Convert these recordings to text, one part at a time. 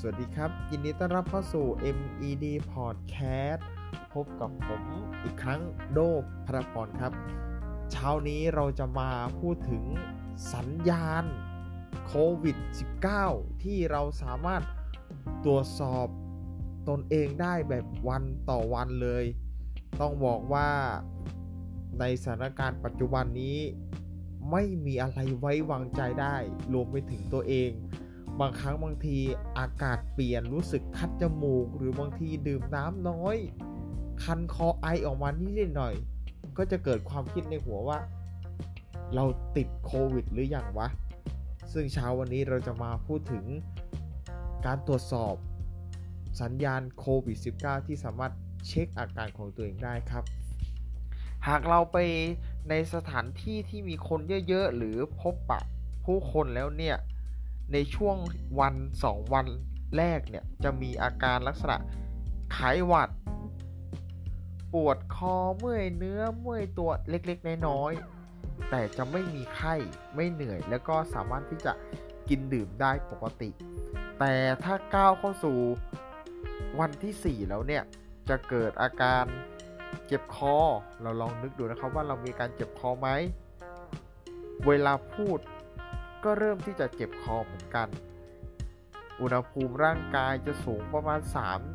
วัสดีครับยินดีต้อนรับเข้าสู่ MED Podcast พบกับผมอีกครั้งโดพรพรครับเช้านี้เราจะมาพูดถึงสัญญาณโควิด -19 ที่เราสามารถตรวจสอบตนเองได้แบบวันต่อวันเลยต้องบอกว่าในสถานการณ์ปัจจุบันนี้ไม่มีอะไรไว้วางใจได้รวมไปถึงตัวเองบางครั้งบางทีอากาศเปลี่ยนรู้สึกคัดจมูกหรือบางทีดื่มน้ำน้อยคันคอไอออกมานิดหน่อยก็จะเกิดความคิดในหัวว่าเราติดโควิดหรือยังวะซึ่งเช้าวันนี้เราจะมาพูดถึงการตรวจสอบสัญญาณโควิด -19 ที่สามารถเช็คอาการของตัวเองได้ครับหากเราไปในสถานที่ที่มีคนเยอะๆหรือพบปะผู้คนแล้วเนี่ยในช่วงวัน2วันแรกเนี่ยจะมีอาการลักษณะไข้หวัดปวดคอเมื่อยเนื้อเมื่อยตัวเล็กๆน้อยๆแต่จะไม่มีไข้ไม่เหนื่อยแล้วก็สามารถที่จะกินดื่มได้ปกติแต่ถ้าก้าวเข้าสู่วันที่4แล้วเนี่ยจะเกิดอาการเจ็บคอเราลองนึกดูนะครับว่าเรามีการเจ็บคอไหมเวลาพูดก็เริ่มที่จะเจ็บคอเหมือนกันอุณหภูมิร่างกายจะสูงประมาณ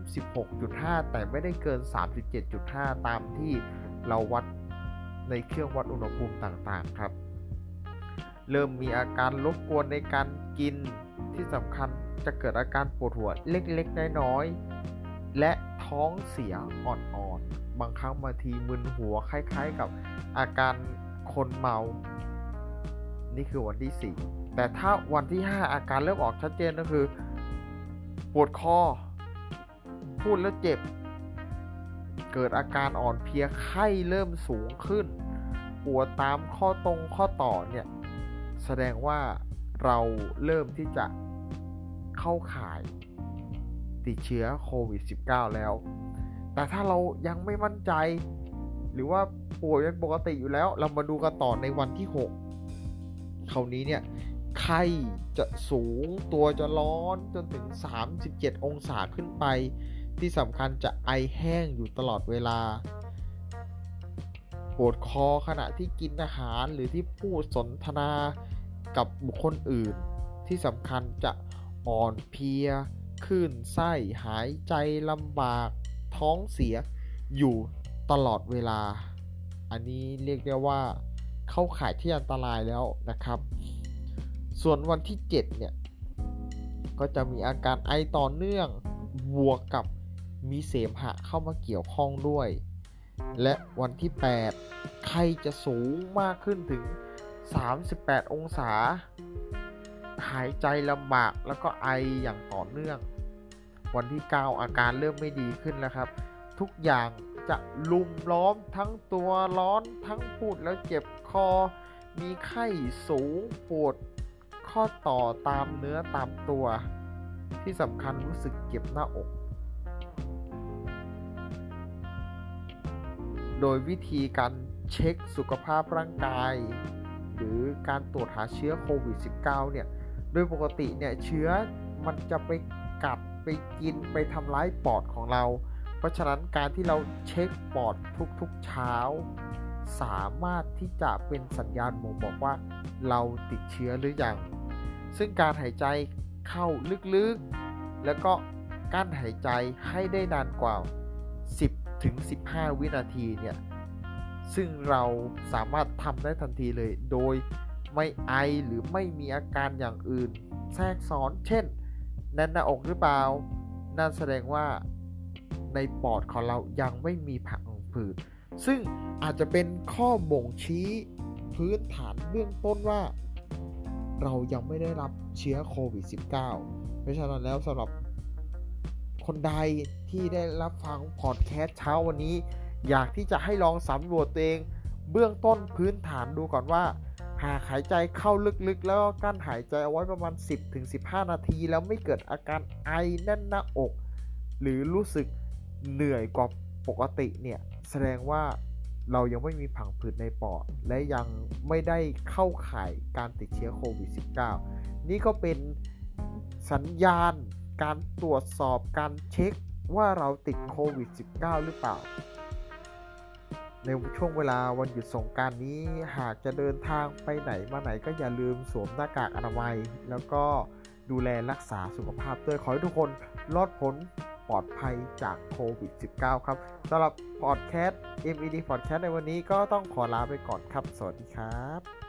36.5 แต่ไม่ได้เกิน 37.5 ตามที่เราวัดในเครื่องวัดอุณหภูมิต่างๆครับเริ่มมีอาการรบกวนในการกินที่สำคัญจะเกิดอาการปวดหัวเล็กๆน้อยๆและท้องเสียอ่อนๆบางครั้งบางทีมึนหัวคล้ายๆกับอาการคนเมานี่คือวันที่4แต่ถ้าวันที่5อาการเริ่มออกชัดเจนก็คือปวดคอพูดแล้วเจ็บเกิดอาการอ่อนเพลียไข้เริ่มสูงขึ้นปวดตามข้อต่อเนี่ยแสดงว่าเราเริ่มที่จะเข้าข่ายติดเชื้อโควิด -19 แล้วแต่ถ้าเรายังไม่มั่นใจหรือว่าป่วยเป็นปกติอยู่แล้วเรามาดูกันต่อในวันที่6คราวนี้เนี่ยไข้จะสูงตัวจะร้อนจนถึง37องศาขึ้นไปที่สำคัญจะไอแห้งอยู่ตลอดเวลาปวดคอขณะที่กินอาหารหรือที่พูดสนทนากับบุคคลอื่นที่สำคัญจะอ่อนเพลียคลื่นไส้หายใจลำบากท้องเสียอยู่ตลอดเวลาอันนี้เรียกได้ว่าเข้าข่ายที่อันตรายแล้วนะครับส่วนวันที่7เนี่ยก็จะมีอาการไอต่อเนื่องบวกกับมีเสมหะเข้ามาเกี่ยวข้องด้วยและวันที่8ไข้จะสูงมากขึ้นถึง38องศาหายใจลำบากแล้วก็ไออย่างต่อเนื่องวันที่9อาการเริ่มไม่ดีขึ้นแล้วครับทุกอย่างจะลุมล้อมทั้งตัวร้อนทั้งพูดแล้วเจ็บคอมีไข้สูงปวดข้อต่อตามเนื้อตามตัวที่สำคัญรู้สึกเจ็บหน้าอกโดยวิธีการเช็คสุขภาพร่างกายหรือการตรวจหาเชื้อโควิด -19 เนี่ยโดยปกติเนี่ยเชื้อมันจะไปกัดไปกินไปทำร้ายปอดของเราเพราะฉะนั้นการที่เราเช็คปอดทุกๆเช้าสามารถที่จะเป็นสัญญาณบ่งบอกว่าเราติดเชื้อหรือยังซึ่งการหายใจเข้าลึกๆแล้วก็กั้นหายใจให้ได้นานกว่า10-15 วินาทีเนี่ยซึ่งเราสามารถทำได้ทันทีเลยโดยไม่ไอหรือไม่มีอาการอย่างอื่นแทรกซ้อนเช่นแน่นหน้าอกหรือเปล่านั่นแสดงว่าในปอดของเรายังไม่มีผังผืดซึ่งอาจจะเป็นข้อบ่งชี้พื้นฐานเบื้องต้นว่าเรายังไม่ได้รับเชื้อโควิด -19 เพราะฉะนั้นแล้วสำหรับคนใดที่ได้รับฟังพอดแคสต์เช้าวันนี้อยากที่จะให้ลองสำรวจตัวเองเบื้องต้นพื้นฐานดูก่อนว่าหากหายใจเข้าลึกๆแล้วกั้นหายใจเอาไว้ประมาณ 10-15 นาทีแล้วไม่เกิดอาการไอแน่นหน้าอกหรือรู้สึกเหนื่อยกว่าปกติเนี่ยแสดงว่าเรายังไม่มีผังผืดในปอดและยังไม่ได้เข้าข่ายการติดเชื้อโควิด -19 นี่ก็เป็นสัญญาณการตรวจสอบการเช็คว่าเราติดโควิด -19 หรือเปล่าในช่วงเวลาวันหยุดสงกรานต์นี้หากจะเดินทางไปไหนมาไหนก็อย่าลืมสวมหน้ากากอนามัยแล้วก็ดูแลรักษาสุขภาพด้วยขอให้ทุกคนรอดพ้นปลอดภัยจากโควิด -19 ครับสำหรับพอดแคสต์ MED Podcast ในวันนี้ก็ต้องขอลาไปก่อนครับสวัสดีครับ